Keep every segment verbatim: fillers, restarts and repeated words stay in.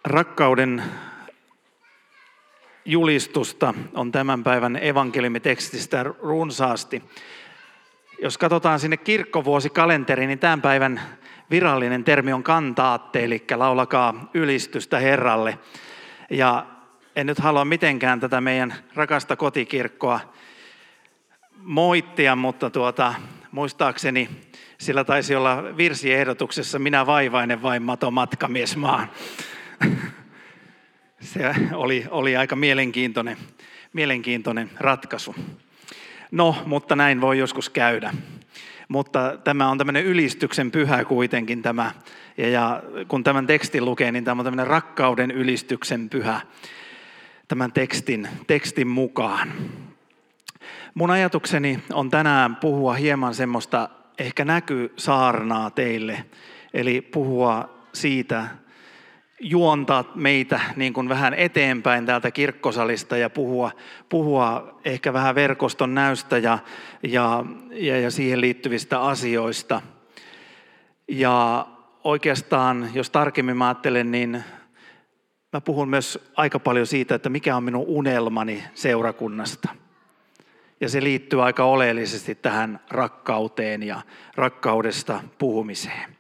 Rakkauden julistusta on tämän päivän evankeliumitekstistä runsaasti. Jos katsotaan sinne kirkkovuosikalenteriin, niin tämän päivän virallinen termi on kantaatte, eli laulakaa ylistystä Herralle. Ja en nyt halua mitenkään tätä meidän rakasta kotikirkkoa moittia, mutta tuota, muistaakseni sillä taisi olla virsiehdotuksessa minä vaivainen vaimaton matkamies maan. Se oli, oli aika mielenkiintoinen, mielenkiintoinen ratkaisu. No, mutta näin voi joskus käydä. Mutta tämä on tämmöinen ylistyksen pyhä kuitenkin tämä. Ja, ja kun tämän tekstin lukee, niin tämä on tämmöinen rakkauden ylistyksen pyhä tämän tekstin, tekstin mukaan. Mun ajatukseni on tänään puhua hieman semmoista ehkä näkysaarnaa teille. Eli puhua siitä, juontaa meitä niin kuin vähän eteenpäin täältä kirkkosalista ja puhua, puhua ehkä vähän verkoston näystä ja, ja, ja, ja siihen liittyvistä asioista. Ja oikeastaan, jos tarkemmin mä ajattelen, niin mä puhun myös aika paljon siitä, että mikä on minun unelmani seurakunnasta. Ja se liittyy aika oleellisesti tähän rakkauteen ja rakkaudesta puhumiseen.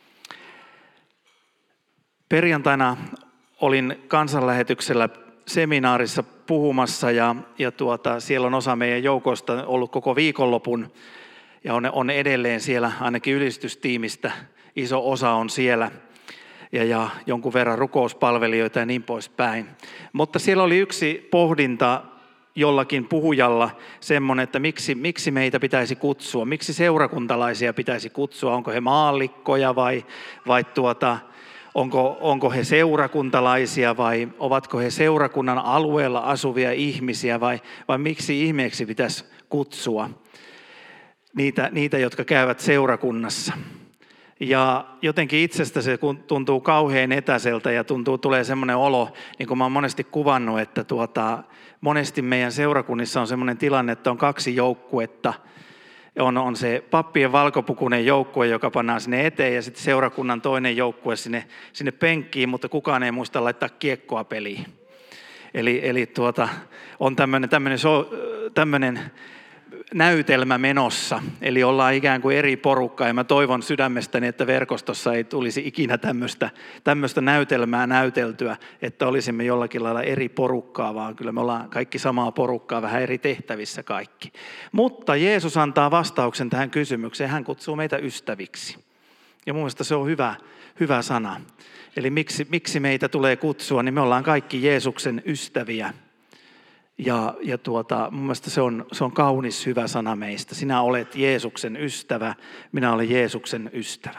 Perjantaina olin kansanlähetyksellä seminaarissa puhumassa ja, ja tuota, siellä on osa meidän joukosta ollut koko viikonlopun ja on, on edelleen siellä, ainakin ylistystiimistä iso osa on siellä ja, ja jonkun verran rukouspalvelijoita ja niin poispäin. Mutta siellä oli yksi pohdinta jollakin puhujalla semmoinen, että miksi, miksi meitä pitäisi kutsua, miksi seurakuntalaisia pitäisi kutsua, onko he maallikkoja vai, vai tuota... Onko, onko he seurakuntalaisia vai ovatko he seurakunnan alueella asuvia ihmisiä vai, vai miksi ihmeeksi pitäisi kutsua niitä, niitä, jotka käyvät seurakunnassa. Ja jotenkin itsestä se tuntuu kauhean etäiseltä ja tuntuu, tulee semmoinen olo, niin kuin mä oon monesti kuvannut, että tuota, monesti meidän seurakunnissa on semmoinen tilanne, että on kaksi joukkuetta. On, on se pappien valkopukuinen joukkue, joka pannaan sinne eteen ja sitten seurakunnan toinen joukkue sinne, sinne penkkiin, mutta kukaan ei muista laittaa kiekkoa peliin. Eli, eli tuota, on tämmöinen, tämmöinen, tämmöinen näytelmä menossa, eli ollaan ikään kuin eri porukkaa ja mä toivon sydämestäni, että verkostossa ei tulisi ikinä tämmöistä, tämmöistä näytelmää näyteltyä, että olisimme jollakin lailla eri porukkaa, vaan kyllä me ollaan kaikki samaa porukkaa, vähän eri tehtävissä kaikki. Mutta Jeesus antaa vastauksen tähän kysymykseen, hän kutsuu meitä ystäviksi. Ja mun mielestä se on hyvä, hyvä sana. Eli miksi, miksi meitä tulee kutsua, niin me ollaan kaikki Jeesuksen ystäviä. Ja, ja tuota, mun mielestä se on, se on kaunis, hyvä sana meistä. Sinä olet Jeesuksen ystävä, minä olen Jeesuksen ystävä.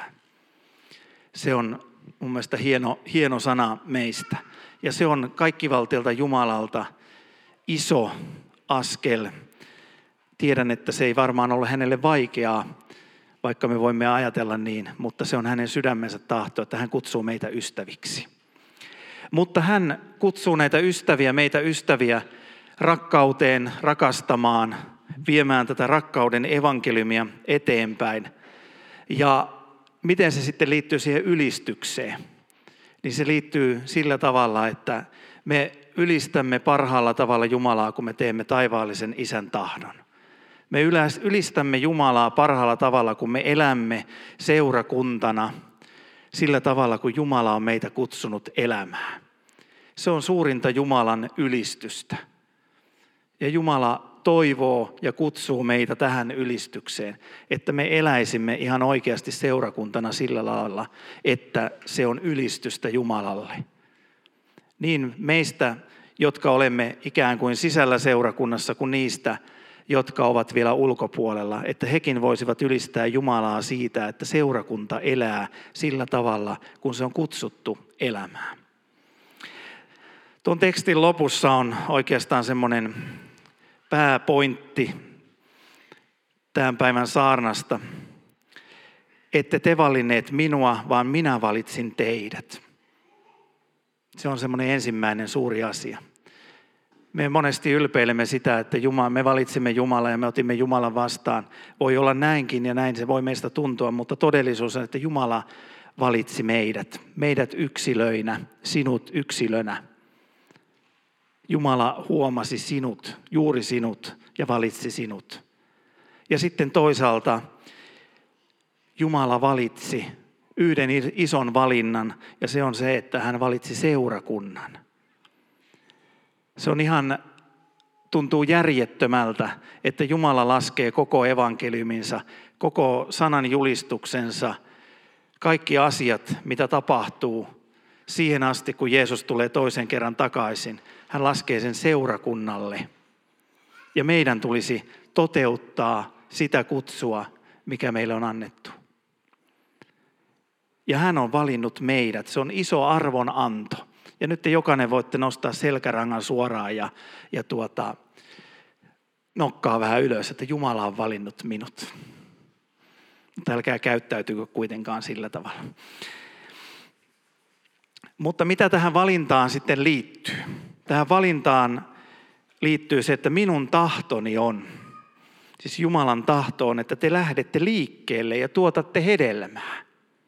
Se on mun mielestä hieno, hieno sana meistä. Ja se on kaikkivaltiolta Jumalalta iso askel. Tiedän, että se ei varmaan ole hänelle vaikeaa, vaikka me voimme ajatella niin, mutta se on hänen sydämensä tahto, että hän kutsuu meitä ystäviksi. Mutta hän kutsuu näitä ystäviä, meitä ystäviä, rakkauteen, rakastamaan, viemään tätä rakkauden evankeliumia eteenpäin. Ja miten se sitten liittyy siihen ylistykseen? Niin se liittyy sillä tavalla, että me ylistämme parhaalla tavalla Jumalaa, kun me teemme taivaallisen Isän tahdon. Me ylistämme Jumalaa parhaalla tavalla, kun me elämme seurakuntana sillä tavalla, kun Jumala on meitä kutsunut elämään. Se on suurinta Jumalan ylistystä. Ja Jumala toivoo ja kutsuu meitä tähän ylistykseen, että me eläisimme ihan oikeasti seurakuntana sillä lailla, että se on ylistystä Jumalalle. Niin meistä, jotka olemme ikään kuin sisällä seurakunnassa, kuin niistä, jotka ovat vielä ulkopuolella, että hekin voisivat ylistää Jumalaa siitä, että seurakunta elää sillä tavalla, kun se on kutsuttu elämään. Tuon tekstin lopussa on oikeastaan semmoinen pääpointti tämän päivän saarnasta. Ette te valinneet minua, vaan minä valitsin teidät. Se on semmoinen ensimmäinen suuri asia. Me monesti ylpeilemme sitä, että Jumala, me valitsimme Jumalan ja me otimme Jumalan vastaan. Voi olla näinkin ja näin se voi meistä tuntua, mutta todellisuus on, että Jumala valitsi meidät, meidät yksilöinä, sinut yksilönä. Jumala huomasi sinut, juuri sinut ja valitsi sinut. Ja sitten toisaalta Jumala valitsi yhden ison valinnan, ja se on se, että hän valitsi seurakunnan. Se on ihan, tuntuu järjettömältä, että Jumala laskee koko evankeliuminsa, koko sanan julistuksensa, kaikki asiat, mitä tapahtuu, siihen asti, kun Jeesus tulee toisen kerran takaisin. Hän laskee sen seurakunnalle. Ja meidän tulisi toteuttaa sitä kutsua, mikä meille on annettu. Ja hän on valinnut meidät. Se on iso arvonanto. Ja nyt te jokainen voitte nostaa selkärangan suoraan ja, ja tuota, nokkaa vähän ylös, että Jumala on valinnut minut. Mutta älkää käyttäytykö kuitenkaan sillä tavalla. Mutta mitä tähän valintaan sitten liittyy? Tähän valintaan liittyy se, että minun tahtoni on, siis Jumalan tahto on, että te lähdette liikkeelle ja tuotatte hedelmää.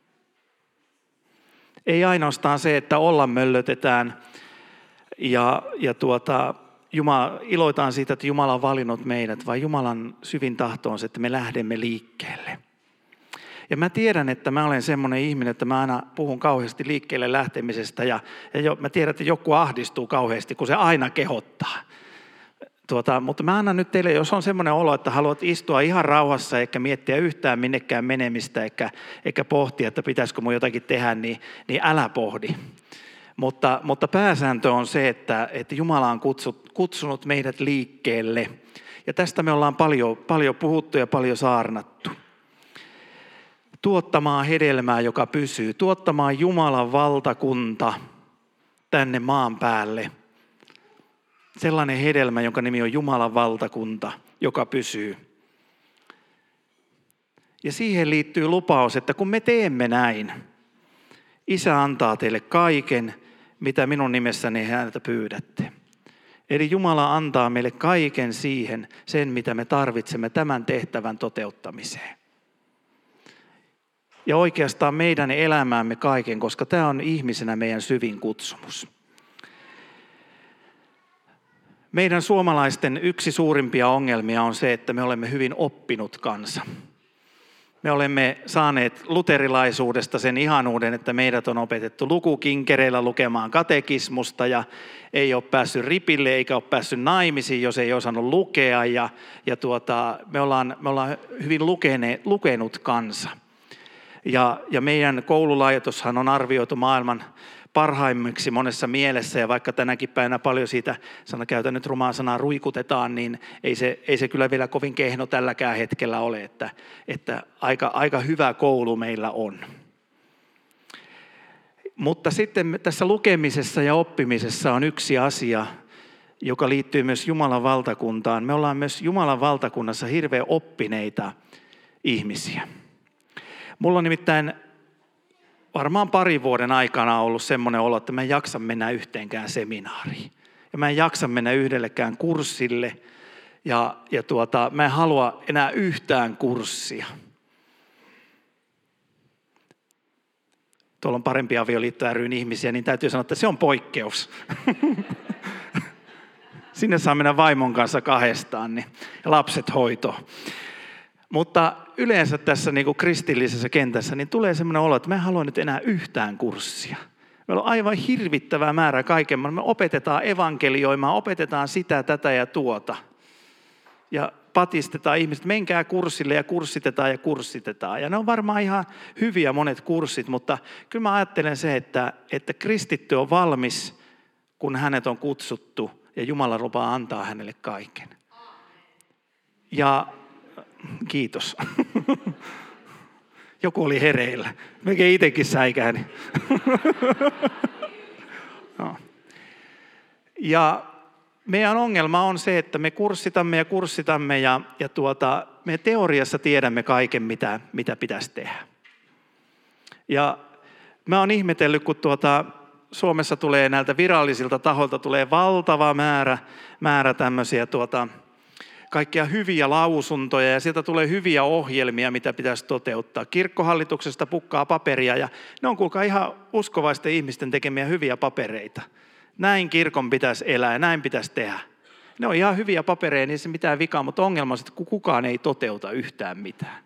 Ei ainoastaan se, että olla möllötetään ja, ja tuota, Jumala, iloitaan siitä, että Jumala on valinnut meidät, vaan Jumalan syvin tahto on se, että me lähdemme liikkeelle. Ja mä tiedän, että mä olen semmoinen ihminen, että mä aina puhun kauheasti liikkeelle lähtemisestä ja, ja jo, mä tiedän, että joku ahdistuu kauheasti, kun se aina kehottaa. Tuota, mutta mä annan nyt teille, jos on semmoinen olo, että haluat istua ihan rauhassa eikä miettiä yhtään minnekään menemistä eikä, eikä pohtia, että pitäisikö mun jotakin tehdä, niin, niin älä pohdi. Mutta, mutta pääsääntö on se, että, että Jumala on kutsut, kutsunut meidät liikkeelle. Ja tästä me ollaan paljon, paljon puhuttu ja paljon saarnattu. Tuottamaan hedelmää, joka pysyy. Tuottamaan Jumalan valtakunta tänne maan päälle. Sellainen hedelmä, jonka nimi on Jumalan valtakunta, joka pysyy. Ja siihen liittyy lupaus, että kun me teemme näin, Isä antaa teille kaiken, mitä minun nimessäni häneltä pyydätte. Eli Jumala antaa meille kaiken siihen, sen mitä me tarvitsemme tämän tehtävän toteuttamiseen. Ja oikeastaan meidän elämäämme kaiken, koska tämä on ihmisenä meidän syvin kutsumus. Meidän suomalaisten yksi suurimpia ongelmia on se, että me olemme hyvin oppinut kansa. Me olemme saaneet luterilaisuudesta sen ihanuuden, että meidät on opetettu lukukinkereillä lukemaan katekismusta ja ei ole päässyt ripille eikä ole päässyt naimisiin, jos ei osannut lukea. Ja, ja tuota, me, ollaan, me ollaan hyvin lukene, lukenut kansa. Ja, ja meidän koululaitoshan on arvioitu maailman parhaimmiksi monessa mielessä, ja vaikka tänäkin päivänä paljon siitä, sana käytän nyt rumaa sanaa, ruikutetaan, niin ei se, ei se kyllä vielä kovin kehno tälläkään hetkellä ole, että, että aika, aika hyvä koulu meillä on. Mutta sitten tässä lukemisessa ja oppimisessa on yksi asia, joka liittyy myös Jumalan valtakuntaan. Me ollaan myös Jumalan valtakunnassa hirveän oppineita ihmisiä. Mulla on nimittäin varmaan parin vuoden aikana ollut semmoinen olo, että mä en jaksa mennä yhteenkään seminaariin. Ja mä en jaksa mennä yhdellekään kurssille. Ja, ja tuota, mä en halua enää yhtään kurssia. Tuolla on Parempi avioliitto ry:n ihmisiä, niin täytyy sanoa, että se on poikkeus. Sinne saa mennä vaimon kanssa kahdestaan, niin ja lapset hoitoon. Mutta yleensä tässä niin kuin kristillisessä kentässä niin tulee semmoinen olo, että mä en halua nyt enää yhtään kurssia. Meillä on aivan hirvittävä määrä kaiken. Me opetetaan evankelioimaan, opetetaan sitä, tätä ja tuota. Ja patistetaan ihmiset, menkää kurssille ja kurssitetaan ja kurssitetaan. Ja ne on varmaan ihan hyviä monet kurssit, mutta kyllä mä ajattelen se, että, että kristitty on valmis, kun hänet on kutsuttu ja Jumala lupaa antaa hänelle kaiken. Ja kiitos. Joku oli hereillä. Mekin itsekin säikääni. No. Ja meidän ongelma on se, että me kurssitamme ja kurssitamme ja, ja tuota, me teoriassa tiedämme kaiken, mitä, mitä pitäisi tehdä. Ja mä oon ihmetellyt, kun tuota, Suomessa tulee näiltä virallisilta tahoilta tulee valtava määrä, määrä tämmöisiä tuota, kaikkia hyviä lausuntoja ja sieltä tulee hyviä ohjelmia, mitä pitäisi toteuttaa. Kirkkohallituksesta pukkaa paperia ja ne on kuulkaa ihan uskovaisten ihmisten tekemiä hyviä papereita. Näin kirkon pitäisi elää ja näin pitäisi tehdä. Ne on ihan hyviä papereja, niin se mitään vikaa, mutta ongelma on, että kukaan ei toteuta yhtään mitään.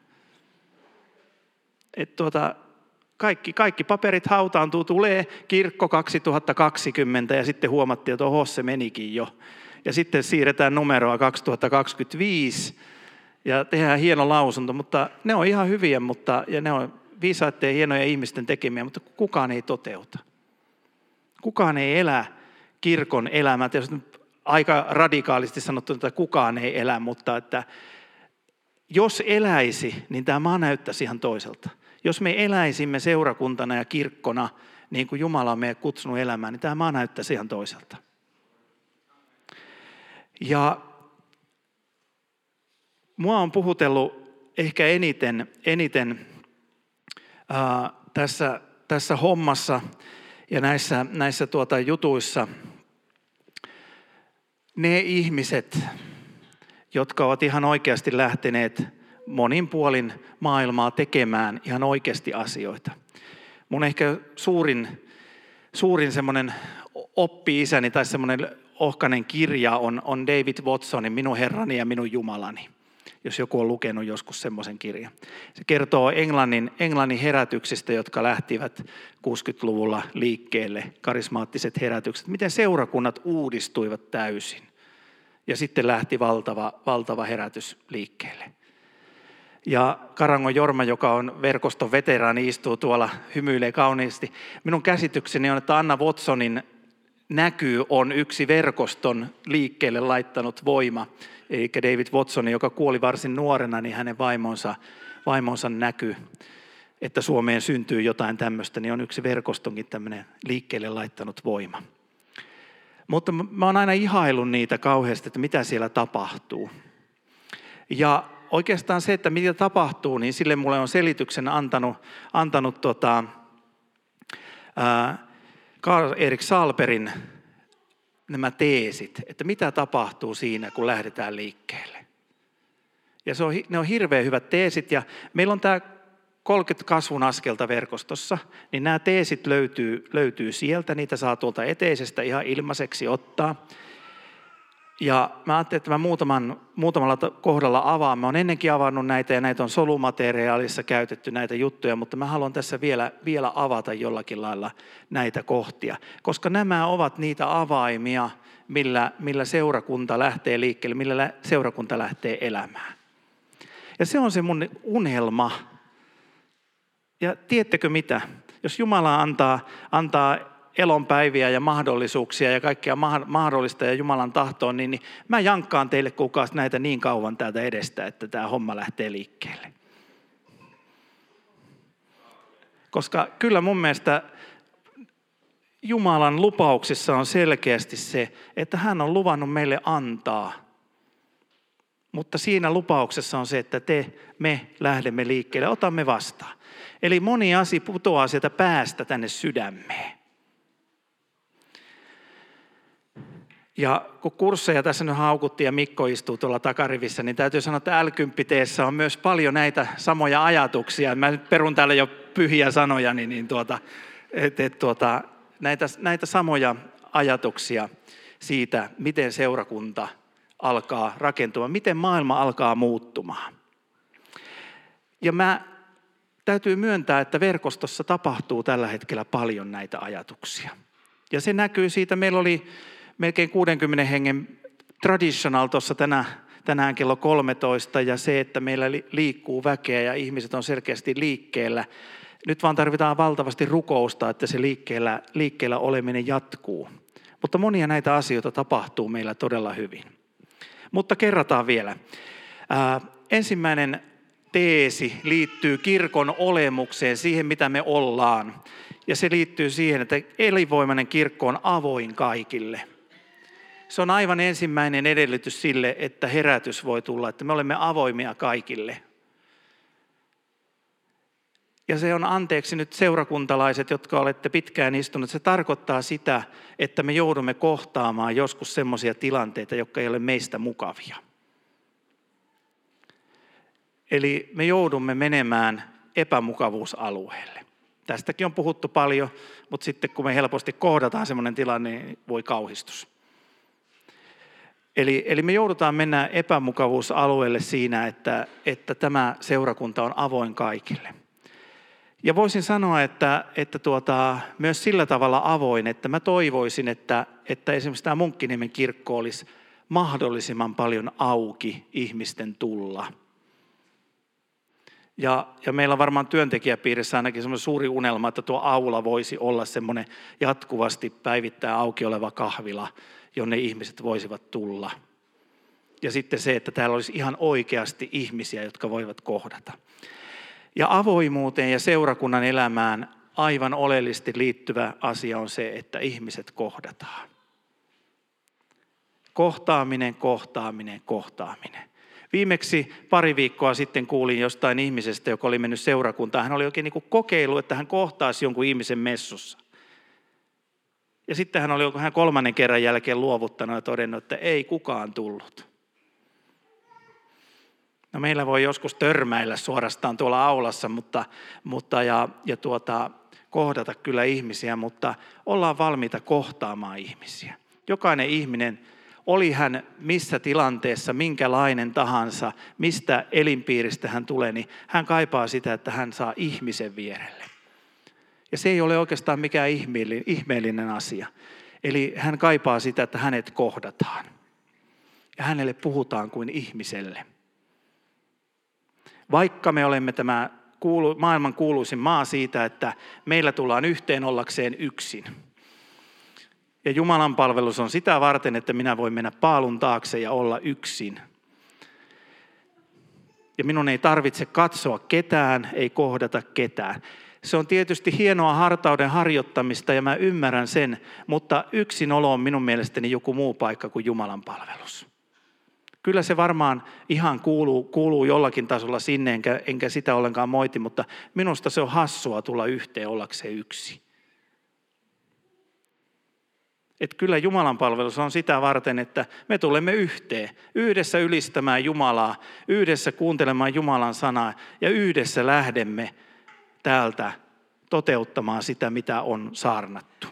Et tuota, kaikki, kaikki paperit hautaantuu, tulee kirkko kaksituhattakaksikymmentä ja sitten huomattiin, että oho, se menikin jo. Ja sitten siirretään numeroa kaksituhattakaksikymmentäviisi ja tehdään hieno lausunto, mutta ne on ihan hyviä mutta, ja ne on viisaiden ja hienoja ihmisten tekemiä, mutta kukaan ei toteuta. Kukaan ei elä kirkon elämää. Tietysti aika radikaalisti sanottu, että kukaan ei elä, mutta että jos eläisi, niin tämä maa näyttäisi ihan toiselta. Jos me eläisimme seurakuntana ja kirkkona, niin kuin Jumala on meidän kutsunut elämään, niin tämä maa näyttäisi ihan toiselta. Ja mua on puhutellut ehkä eniten, eniten ää, tässä, tässä hommassa ja näissä, näissä tuota jutuissa ne ihmiset, jotka ovat ihan oikeasti lähteneet monin puolin maailmaa tekemään ihan oikeasti asioita. Mun ehkä suurin, suurin semmoinen oppi-isäni tai semmoinen ohkainen kirja on, on David Watsonin Minun Herrani ja minun Jumalani, jos joku on lukenut joskus semmoisen kirjan. Se kertoo Englannin, Englannin herätyksistä, jotka lähtivät kuusikymmentäluvulla liikkeelle, karismaattiset herätykset, miten seurakunnat uudistuivat täysin. Ja sitten lähti valtava, valtava herätys liikkeelle. Ja Karangon Jorma, joka on verkoston veteraani, istuu tuolla, hymyilee kauniisti. Minun käsitykseni on, että Anna Watsonin näky on yksi verkoston liikkeelle laittanut voima. Eli David Watson, joka kuoli varsin nuorena, niin hänen vaimonsa, vaimonsa näky, että Suomeen syntyy jotain tämmöistä, niin on yksi verkostonkin tämmöinen liikkeelle laittanut voima. Mutta mä oon aina ihaillut niitä kauheasti, että mitä siellä tapahtuu. Ja oikeastaan se, että mitä tapahtuu, niin sille mulle on selityksen antanut, antanut tota, ää, Karl-Erik Salperin nämä teesit, että mitä tapahtuu siinä, kun lähdetään liikkeelle. Ja se on, ne on hirveän hyvät teesit ja meillä on tämä kolmekymmentä kasvun askelta verkostossa, niin nämä teesit löytyy, löytyy sieltä, niitä saa tuolta eteisestä ihan ilmaiseksi ottaa. Ja mä ajattelin, että mä muutaman, muutamalla kohdalla avaan. Mä oon ennenkin avannut näitä ja näitä on solumateriaalissa käytetty näitä juttuja, mutta mä haluan tässä vielä, vielä avata jollakin lailla näitä kohtia. Koska nämä ovat niitä avaimia, millä, millä seurakunta lähtee liikkeelle, millä seurakunta lähtee elämään. Ja se on se mun unelma. Ja tiedättekö mitä? Jos Jumala antaa, antaa elonpäiviä ja mahdollisuuksia ja kaikkea mahdollista ja Jumalan tahtoon, niin, niin mä jankkaan teille kuukaus näitä niin kauan täältä edestä, että tämä homma lähtee liikkeelle. Koska kyllä mun mielestä Jumalan lupauksissa on selkeästi se, että hän on luvannut meille antaa. Mutta siinä lupauksessa on se, että te, me lähdemme liikkeelle, otamme vastaan. Eli moni asia putoaa sieltä päästä tänne sydämeen. Ja kun kursseja tässä nyt haukuttiin ja Mikko istuu tuolla takarivissä, niin täytyy sanoa, että L kymmenen T:ssä on myös paljon näitä samoja ajatuksia. Mä nyt perun täällä jo pyhiä sanoja, niin, niin tuota, et, et, tuota, näitä, näitä samoja ajatuksia siitä, miten seurakunta alkaa rakentua, miten maailma alkaa muuttumaan. Ja mä täytyy myöntää, että verkostossa tapahtuu tällä hetkellä paljon näitä ajatuksia. Ja se näkyy siitä, meillä oli melkein kuudenkymmenen hengen traditional tuossa tänä, tänään kello kolmetoista ja se, että meillä liikkuu väkeä ja ihmiset on selkeästi liikkeellä. Nyt vaan tarvitaan valtavasti rukousta, että se liikkeellä, liikkeellä oleminen jatkuu. Mutta monia näitä asioita tapahtuu meillä todella hyvin. Mutta kerrataan vielä. Ää, ensimmäinen teesi liittyy kirkon olemukseen, siihen mitä me ollaan. Ja se liittyy siihen, että elinvoimainen kirkko on avoin kaikille. Se on aivan ensimmäinen edellytys sille, että herätys voi tulla, että me olemme avoimia kaikille. Ja se on anteeksi nyt seurakuntalaiset, jotka olette pitkään istunut. Se tarkoittaa sitä, että me joudumme kohtaamaan joskus semmoisia tilanteita, jotka ei ole meistä mukavia. Eli me joudumme menemään epämukavuusalueelle. Tästäkin on puhuttu paljon, mutta sitten kun me helposti kohdataan sellainen tilanne, niin voi kauhistus. Eli, eli me joudutaan mennä epämukavuusalueelle siinä, että, että tämä seurakunta on avoin kaikille. Ja voisin sanoa, että, että tuota, myös sillä tavalla avoin, että mä toivoisin, että, että esimerkiksi tämä Munkkiniemen kirkko olisi mahdollisimman paljon auki ihmisten tulla. Ja, ja meillä on varmaan työntekijäpiirissä ainakin semmoinen suuri unelma, että tuo aula voisi olla semmoinen jatkuvasti päivittäin auki oleva kahvila, jonne ihmiset voisivat tulla. Ja sitten se, että täällä olisi ihan oikeasti ihmisiä, jotka voivat kohdata. Ja avoimuuteen ja seurakunnan elämään aivan oleellisesti liittyvä asia on se, että ihmiset kohdataan. Kohtaaminen, kohtaaminen, kohtaaminen. Viimeksi pari viikkoa sitten kuulin jostain ihmisestä, joka oli mennyt seurakuntaan. Hän oli oikein niin kuin kokeillut, että hän kohtaisi jonkun ihmisen messussa. Ja sitten hän oli hän kolmannen kerran jälkeen luovuttanut ja todennut, että ei kukaan tullut. No meillä voi joskus törmäillä suorastaan tuolla aulassa, mutta, mutta ja, ja tuota, kohdata kyllä ihmisiä, mutta ollaan valmiita kohtaamaan ihmisiä. Jokainen ihminen, oli hän missä tilanteessa, minkälainen tahansa, mistä elinpiiristä hän tulee, niin hän kaipaa sitä, että hän saa ihmisen vierelle. Ja se ei ole oikeastaan mikään ihmeellinen asia. Eli hän kaipaa sitä, että hänet kohdataan. Ja hänelle puhutaan kuin ihmiselle. Vaikka me olemme tämä kuulu, maailman kuuluisin maa siitä, että meillä tullaan yhteen ollakseen yksin. Ja Jumalan palvelus on sitä varten, että minä voin mennä paalun taakse ja olla yksin. Ja minun ei tarvitse katsoa ketään, ei kohdata ketään. Se on tietysti hienoa hartauden harjoittamista ja mä ymmärrän sen, mutta yksinolo on minun mielestäni joku muu paikka kuin Jumalan palvelus. Kyllä se varmaan ihan kuuluu, kuuluu jollakin tasolla sinne, enkä, enkä sitä ollenkaan moiti, mutta minusta se on hassua tulla yhteen ollakseen yksi. Että kyllä Jumalan palvelus on sitä varten, että me tulemme yhteen, yhdessä ylistämään Jumalaa, yhdessä kuuntelemaan Jumalan sanaa ja yhdessä lähdemme täältä toteuttamaan sitä, mitä on saarnattu.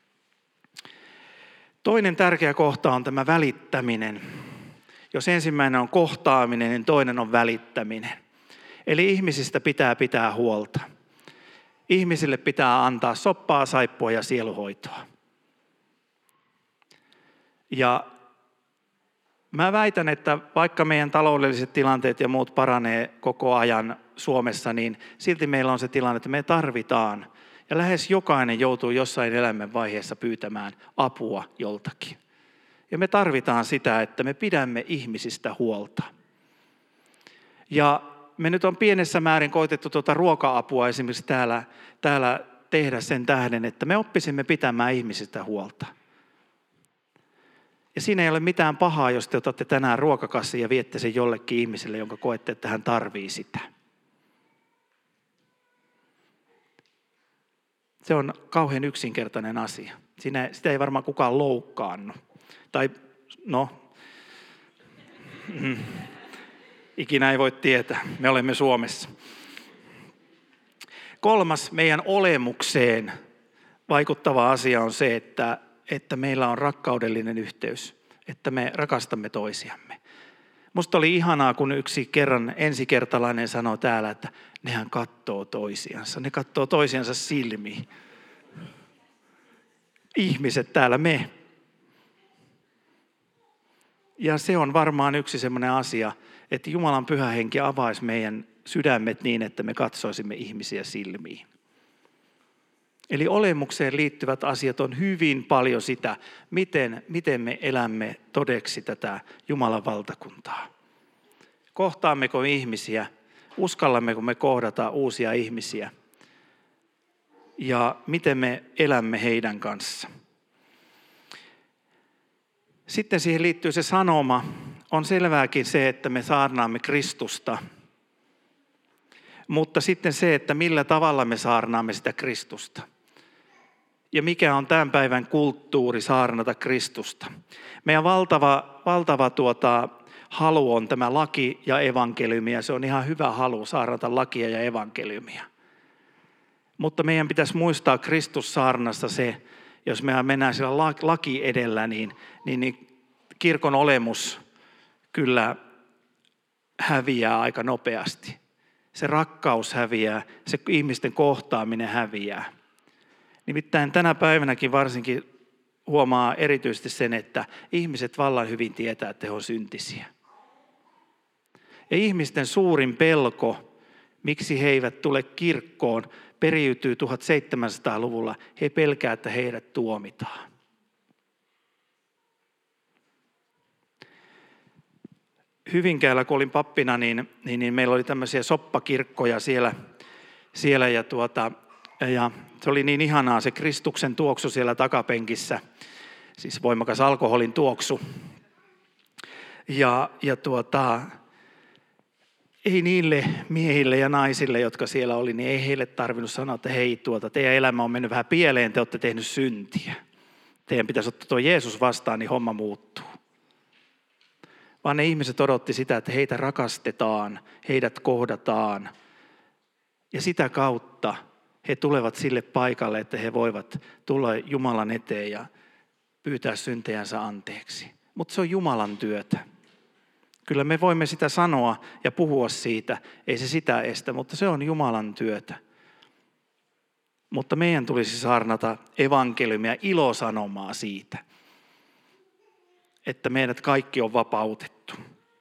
Toinen tärkeä kohta on tämä välittäminen. Jos ensimmäinen on kohtaaminen, niin toinen on välittäminen. Eli ihmisistä pitää pitää huolta. Ihmisille pitää antaa soppaa, saippua ja sieluhoitoa. Ja mä väitän, että vaikka meidän taloudelliset tilanteet ja muut paranee koko ajan Suomessa, niin silti meillä on se tilanne, että me tarvitaan. Ja lähes jokainen joutuu jossain elämän vaiheessa pyytämään apua joltakin. Ja me tarvitaan sitä, että me pidämme ihmisistä huolta. Ja me nyt on pienessä määrin koitettu tuota ruoka-apua esimerkiksi täällä, täällä tehdä sen tähden, että me oppisimme pitämään ihmisistä huolta. Ja siinä ei ole mitään pahaa, jos te otatte tänään ruokakassin ja viette sen jollekin ihmiselle, jonka koette, että hän tarvii sitä. Se on kauhean yksinkertainen asia. Siinä, sitä ei varmaan kukaan loukkaannu. Tai no, mm, ikinä ei voi tietää. Me olemme Suomessa. Kolmas meidän olemukseen vaikuttava asia on se, että, että meillä on rakkaudellinen yhteys, että me rakastamme toisiamme. Musta oli ihanaa, kun yksi kerran ensikertalainen sanoi täällä, että nehän katsoo toisiansa. Ne katsoo toisiansa silmiin. Ihmiset täällä me. Ja se on varmaan yksi semmoinen asia, että Jumalan pyhä henki avaisi meidän sydämet niin, että me katsoisimme ihmisiä silmiin. Eli olemukseen liittyvät asiat on hyvin paljon sitä, miten, miten me elämme todeksi tätä Jumalan valtakuntaa. Kohtaammeko ihmisiä? Uskallammeko me kohdata uusia ihmisiä? Ja miten me elämme heidän kanssa? Sitten siihen liittyy se sanoma. On selvääkin se, että me saarnaamme Kristusta. Mutta sitten se, että millä tavalla me saarnaamme sitä Kristusta. Ja mikä on tämän päivän kulttuuri saarnata Kristusta. Meidän valtava, valtava tuota, halu on tämä laki ja evankeliumi, ja se on ihan hyvä halu saarnata lakia ja evankeliumia. Mutta meidän pitäisi muistaa Kristussaarnassa se, jos me mennään siellä laki edellä, niin, niin, niin kirkon olemus kyllä häviää aika nopeasti. Se rakkaus häviää, se ihmisten kohtaaminen häviää. Nimittäin tänä päivänäkin varsinkin huomaa erityisesti sen, että ihmiset vallan hyvin tietää, että he on syntisiä. Ja ihmisten suurin pelko, miksi he eivät tule kirkkoon, periytyy tuhatseitsemänsataaluvulla. He pelkää, että heidät tuomitaan. Hyvinkäällä, kun olin pappina, niin, niin, niin meillä oli tämmöisiä soppakirkkoja siellä, siellä ja, tuota, ja se oli niin ihanaa se Kristuksen tuoksu siellä takapenkissä, siis voimakas alkoholin tuoksu. Ja, ja tuota, ei niille miehille ja naisille, jotka siellä oli, niin ei heille tarvinnut sanoa, että hei, tuota, teidän elämä on mennyt vähän pieleen, te olette tehnyt syntiä. Teidän pitäisi ottaa tuo Jeesus vastaan, niin homma muuttuu. Vaan ne ihmiset odotti sitä, että heitä rakastetaan, heidät kohdataan. Ja sitä kautta he tulevat sille paikalle, että he voivat tulla Jumalan eteen ja pyytää syntejänsä anteeksi. Mutta se on Jumalan työtä. Kyllä me voimme sitä sanoa ja puhua siitä, ei se sitä estä, mutta se on Jumalan työtä. Mutta meidän tulisi saarnata evankeliumia, ilosanomaa siitä, että meidät kaikki on vapautettu.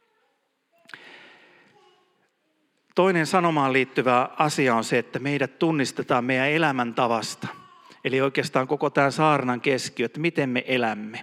Toinen sanomaan liittyvä asia on se, että meidät tunnistetaan meidän elämäntavasta. Eli oikeastaan koko tämän saarnan keskiö, että miten me elämme.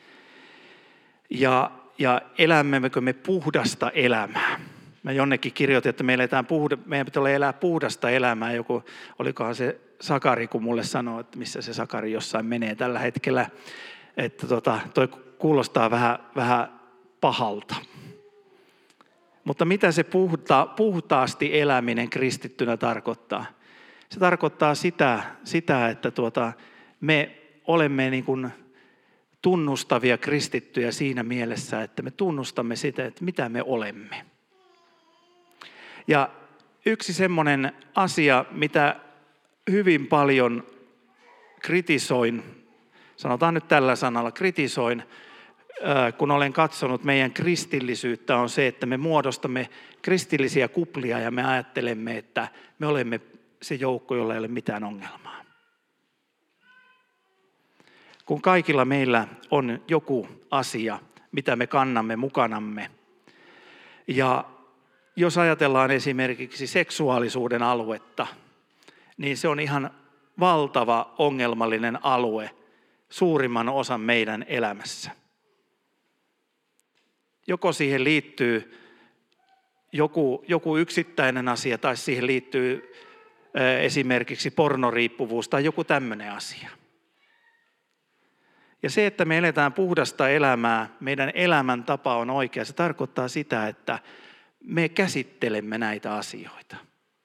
Ja, ja elämmekö me puhdasta elämää. Mä jonnekin kirjoitin, että me eletään puhda, meidän pitää elää puhdasta elämää. Joku, olikohan se Sakari, kun mulle sanoi, että missä se Sakari jossain menee tällä hetkellä. Että tota, toi kuulostaa vähän, vähän pahalta. Mutta mitä se puhta, puhtaasti eläminen kristittynä tarkoittaa? Se tarkoittaa sitä, sitä että tuota, me olemme niin kuin tunnustavia kristittyjä siinä mielessä, että me tunnustamme sitä, että mitä me olemme. Ja yksi semmoinen asia, mitä hyvin paljon kritisoin, sanotaan nyt tällä sanalla, kritisoin, kun olen katsonut meidän kristillisyyttä, on se, että me muodostamme kristillisiä kuplia ja me ajattelemme, että me olemme se joukko, jolla ei ole mitään ongelmaa. Kun kaikilla meillä on joku asia, mitä me kannamme mukanamme. Ja jos ajatellaan esimerkiksi seksuaalisuuden aluetta, niin se on ihan valtava ongelmallinen alue suurimman osan meidän elämässä. Joko siihen liittyy joku, joku yksittäinen asia tai siihen liittyy esimerkiksi pornoriippuvuus tai joku tämmöinen asia. Ja se, että me eletään puhdasta elämää, meidän elämäntapa on oikea, se tarkoittaa sitä, että me käsittelemme näitä asioita.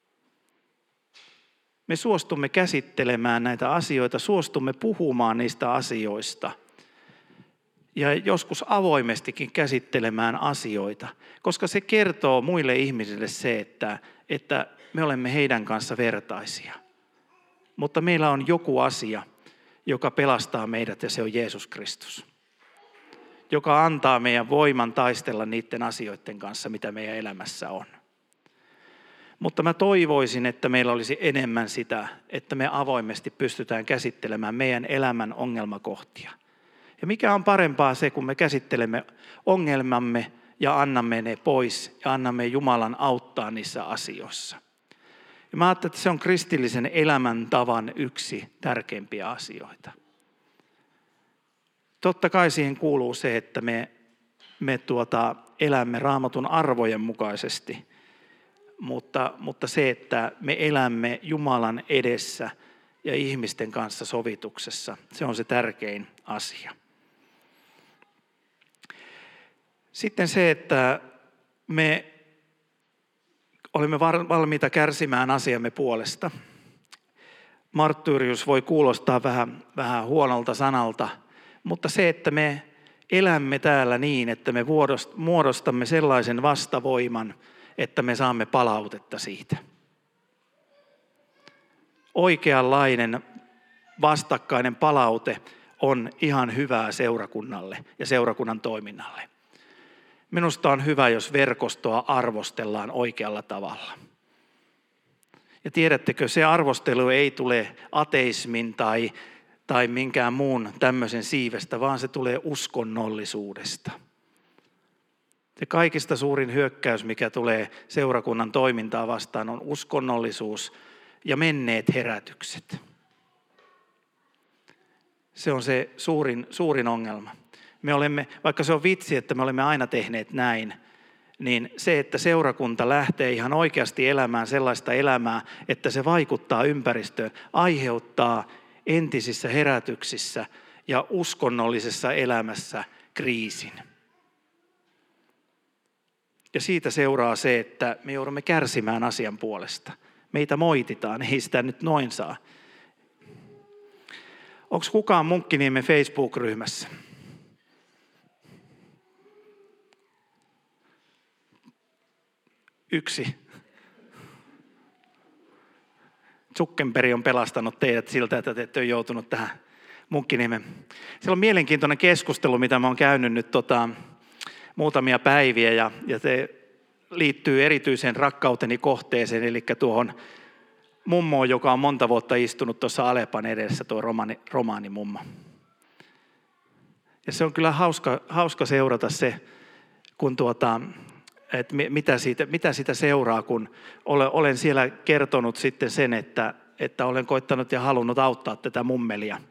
Me suostumme käsittelemään näitä asioita, suostumme puhumaan niistä asioista. Ja joskus avoimestikin käsittelemään asioita, koska se kertoo muille ihmisille se, että, että me olemme heidän kanssa vertaisia. Mutta meillä on joku asia, joka pelastaa meidät, ja se on Jeesus Kristus. Joka antaa meidän voiman taistella niiden asioiden kanssa, mitä meidän elämässä on. Mutta mä toivoisin, että meillä olisi enemmän sitä, että me avoimesti pystytään käsittelemään meidän elämän ongelmakohtia. Ja mikä on parempaa se, kun me käsittelemme ongelmamme ja annamme ne pois ja annamme Jumalan auttaa niissä asioissa. Ja mä ajattelen, että se on kristillisen elämäntavan yksi tärkeimpiä asioita. Totta kai siihen kuuluu se, että me, me tuota, elämme Raamatun arvojen mukaisesti, mutta, mutta se, että me elämme Jumalan edessä ja ihmisten kanssa sovituksessa, se on se tärkein asia. Sitten se, että me olemme valmiita kärsimään asiamme puolesta. Marttyyrius voi kuulostaa vähän, vähän huonolta sanalta, mutta se, että me elämme täällä niin, että me muodostamme sellaisen vastavoiman, että me saamme palautetta siitä. Oikeanlainen vastakkainen palaute on ihan hyvää seurakunnalle ja seurakunnan toiminnalle. Minusta on hyvä, jos verkostoa arvostellaan oikealla tavalla. Ja tiedättekö, se arvostelu ei tule ateismin tai, tai minkään muun tämmöisen siivestä, vaan se tulee uskonnollisuudesta. Se kaikista suurin hyökkäys, mikä tulee seurakunnan toimintaa vastaan, on uskonnollisuus ja menneet herätykset. Se on se suurin, suurin ongelma. Me olemme, vaikka se on vitsi, että me olemme aina tehneet näin, niin se, että seurakunta lähtee ihan oikeasti elämään sellaista elämää, että se vaikuttaa ympäristöön, aiheuttaa entisissä herätyksissä ja uskonnollisessa elämässä kriisin. Ja siitä seuraa se, että me joudumme kärsimään asian puolesta. Meitä moititaan, ei sitä nyt noin saa. Onko kukaan Munkkiniemen Facebook-ryhmässä? Yksi. Zuckerberg on pelastanut teidät siltä, että te ette ole joutunut tähän Munkkiniemen. Siellä on mielenkiintoinen keskustelu, mitä mä oon käynyt nyt tota, muutamia päiviä, ja, ja se liittyy erityiseen rakkauteni kohteeseen, eli tuohon mummoon, joka on monta vuotta istunut tuossa Alepan edessä, tuo romaani, romaanimummo. Ja se on kyllä hauska, hauska seurata se, kun tuota, että mitä siitä, mitä siitä seuraa, kun olen siellä kertonut sitten sen, että, että olen koittanut ja halunnut auttaa tätä mummelia.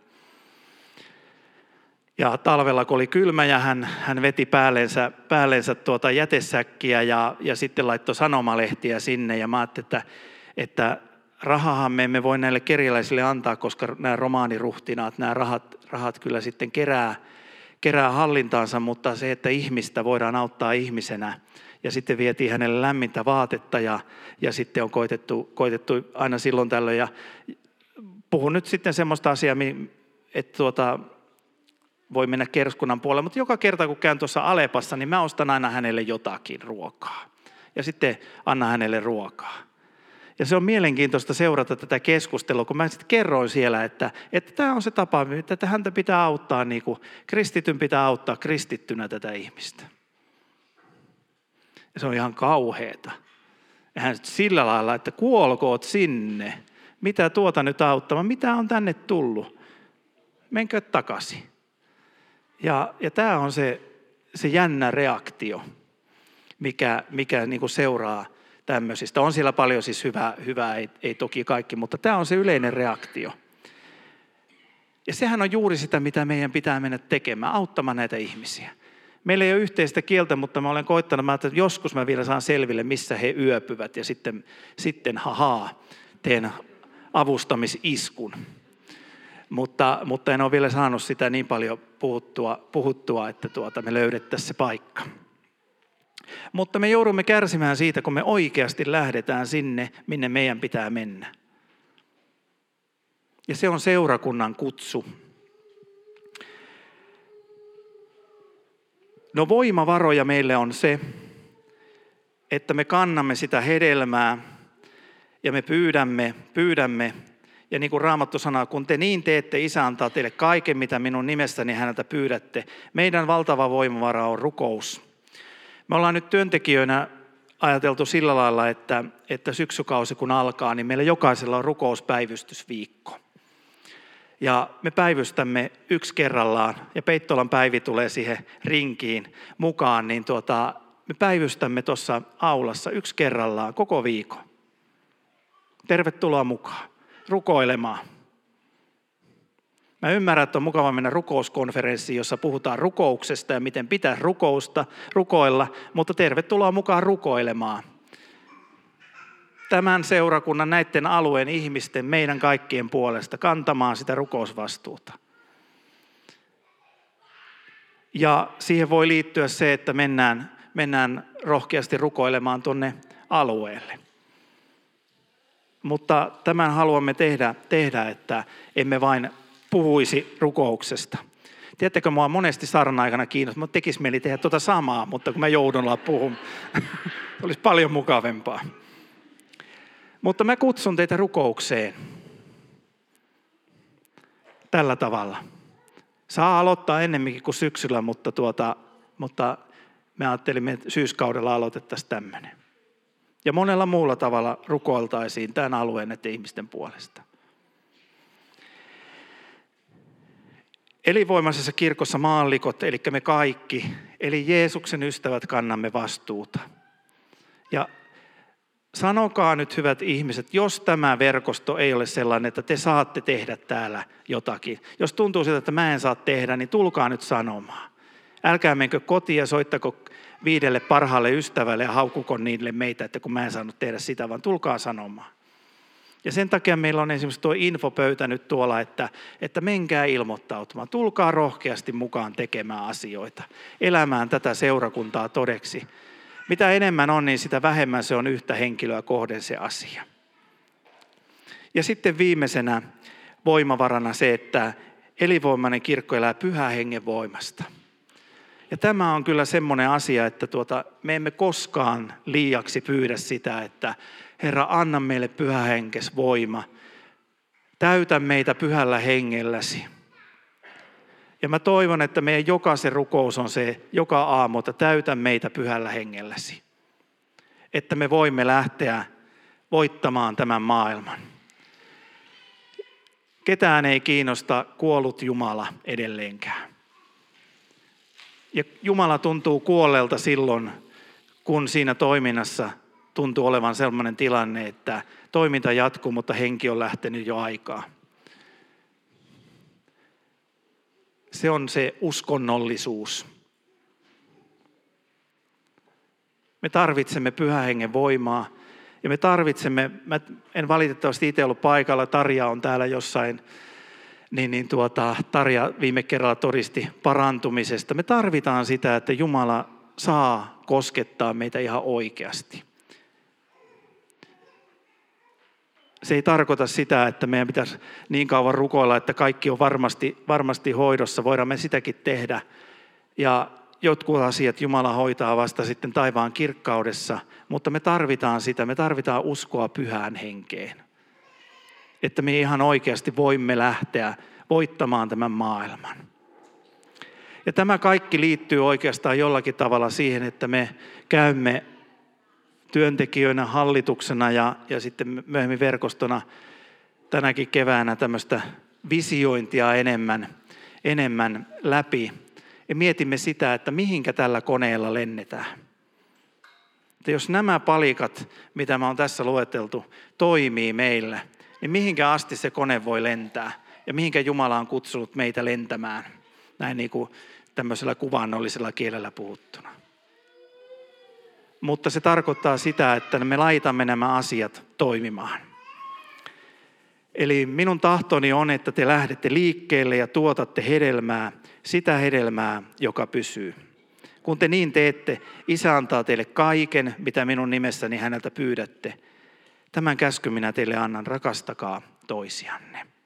Ja talvella, kun oli kylmä ja hän, hän veti päällensä, päällensä tuota jätesäkkiä ja, ja sitten laittoi sanomalehtiä sinne. Ja mä ajattelin, että, että rahahan me emme voi näille kerjäläisille antaa, koska nämä romaaniruhtinaat, nämä rahat, rahat kyllä sitten kerää, kerää hallintaansa, mutta se, että ihmistä voidaan auttaa ihmisenä. Ja sitten vietiin hänelle lämmintä vaatetta ja, ja sitten on koitettu, koitettu aina silloin tällöin. Ja puhun nyt sitten semmoista asiaa, että tuota, voi mennä kerskunnan puolelle, mutta joka kerta kun käyn tuossa Alepassa, niin mä ostan aina hänelle jotakin ruokaa. Ja sitten anna hänelle ruokaa. Ja se on mielenkiintoista seurata tätä keskustelua, kun mä sitten kerroin siellä, että, että tämä on se tapa, että häntä pitää auttaa, niin kuin kristityn pitää auttaa kristittynä tätä ihmistä. Ja se on ihan kauheeta. Eihän sillä lailla, että kuolkoot sinne. Mitä tuota nyt auttamaan? Mitä on tänne tullut? Menkö takaisin? Ja, ja tämä on se, se jännä reaktio, mikä, mikä niin kuin seuraa tämmöisistä. On siellä paljon siis hyvää, hyvää ei, ei toki kaikki, mutta tämä on se yleinen reaktio. Ja sehän on juuri sitä, mitä meidän pitää mennä tekemään, auttamaan näitä ihmisiä. Meillä ei ole yhteistä kieltä, mutta mä olen koittanut, että joskus mä vielä saan selville, missä he yöpyvät ja sitten, sitten hahaa, teen avustamisiskun. Mutta, mutta en ole vielä saanut sitä niin paljon puhuttua, puhuttua että tuota, me löydettäisiin se paikka. Mutta me joudumme kärsimään siitä, kun me oikeasti lähdetään sinne, minne meidän pitää mennä. Ja se on seurakunnan kutsu. No voimavaroja meille on se, että me kannamme sitä hedelmää ja me pyydämme, pyydämme. Ja niin kuin Raamattu sanoo, kun te niin teette, Isä antaa teille kaiken, mitä minun nimessäni häneltä pyydätte. Meidän valtava voimavara on rukous. Me ollaan nyt työntekijöinä ajateltu sillä lailla, että, että syksykausi kun alkaa, niin meillä jokaisella on rukouspäivystysviikko. Ja me päivystämme yksi kerrallaan, ja Peittolan Päivi tulee siihen rinkiin mukaan, niin tuota, me päivystämme tuossa aulassa yksi kerrallaan koko viikon. Tervetuloa mukaan, rukoilemaan. Mä ymmärrän, että on mukava mennä rukouskonferenssiin, jossa puhutaan rukouksesta ja miten pitää rukousta, rukoilla, mutta tervetuloa mukaan rukoilemaan. Tämän seurakunnan, näiden alueen ihmisten, meidän kaikkien puolesta kantamaan sitä rukousvastuuta. Ja siihen voi liittyä se, että mennään, mennään rohkeasti rukoilemaan tuonne alueelle. Mutta tämän haluamme tehdä, tehdä, että emme vain puhuisi rukouksesta. Tiedättekö, mua monesti saarnan aikana kiinnostaa, mutta tekisi mieli tehdä tuota samaa, mutta kun mä joudun olla puhumaan, olisi paljon mukavempaa. Mutta mä kutsun teitä rukoukseen tällä tavalla. Saa aloittaa ennemminkin kuin syksyllä, mutta, tuota, mutta me ajattelimme, että syyskaudella aloitettaisiin tämmöinen. Ja monella muulla tavalla rukoiltaisiin tämän alueen näiden ihmisten puolesta. Elinvoimaisessa kirkossa maallikot, eli me kaikki, eli Jeesuksen ystävät, kannamme vastuuta. Ja sanokaa nyt, hyvät ihmiset, jos tämä verkosto ei ole sellainen, että te saatte tehdä täällä jotakin. Jos tuntuu siltä, että mä en saa tehdä, niin tulkaa nyt sanomaan. Älkää menkö kotiin ja soittako viidelle parhaalle ystävälle ja haukuko niille meitä, että kun mä en saanut tehdä sitä, vaan tulkaa sanomaan. Ja sen takia meillä on esimerkiksi tuo infopöytä nyt tuolla, että, että menkää ilmoittautumaan. Tulkaa rohkeasti mukaan tekemään asioita, elämään tätä seurakuntaa todeksi. Mitä enemmän on, niin sitä vähemmän se on yhtä henkilöä kohden se asia. Ja sitten viimeisenä voimavarana se, että elinvoimainen kirkko elää pyhän hengen voimasta. Ja tämä on kyllä semmoinen asia, että tuota, me emme koskaan liiaksi pyydä sitä, että Herra, anna meille pyhä henkes voima. Täytä meitä pyhällä hengelläsi. Ja mä toivon, että meidän jokaisen rukous on se joka aamu, että täytä meitä pyhällä hengelläsi. Että me voimme lähteä voittamaan tämän maailman. Ketään ei kiinnosta kuollut Jumala edelleenkään. Ja Jumala tuntuu kuolleelta silloin, kun siinä toiminnassa tuntuu olevan sellainen tilanne, että toiminta jatkuu, mutta henki on lähtenyt jo aikaa. Se on se uskonnollisuus. Me tarvitsemme pyhän hengen voimaa ja me tarvitsemme, mä en valitettavasti itse ollut paikalla, Tarja on täällä jossain, niin, niin tuota, Tarja viime kerralla todisti parantumisesta. Me tarvitaan sitä, että Jumala saa koskettaa meitä ihan oikeasti. Se ei tarkoita sitä, että meidän pitäisi niin kauan rukoilla, että kaikki on varmasti, varmasti hoidossa. Voidaan me sitäkin tehdä. Ja jotkut asiat Jumala hoitaa vasta sitten taivaan kirkkaudessa, mutta me tarvitaan sitä, me tarvitaan uskoa pyhään henkeen. Että me ihan oikeasti voimme lähteä voittamaan tämän maailman. Ja tämä kaikki liittyy oikeastaan jollakin tavalla siihen, että me käymme työntekijöinä, hallituksena ja, ja sitten myöhemmin verkostona tänäkin keväänä tämmöistä visiointia enemmän, enemmän läpi. Ja mietimme sitä, että mihinkä tällä koneella lennetään. Että jos nämä palikat, mitä me on tässä lueteltu, toimii meillä, niin mihinkä asti se kone voi lentää ja mihinkä Jumala on kutsunut meitä lentämään. Näin niin kuin tämmöisellä kuvannollisella kielellä puhuttuna. Mutta se tarkoittaa sitä, että me laitamme nämä asiat toimimaan. Eli minun tahtoni on, että te lähdette liikkeelle ja tuotatte hedelmää, sitä hedelmää, joka pysyy. Kun te niin teette, Isä antaa teille kaiken, mitä minun nimessäni häneltä pyydätte. Tämän käskyn minä teille annan, rakastakaa toisianne.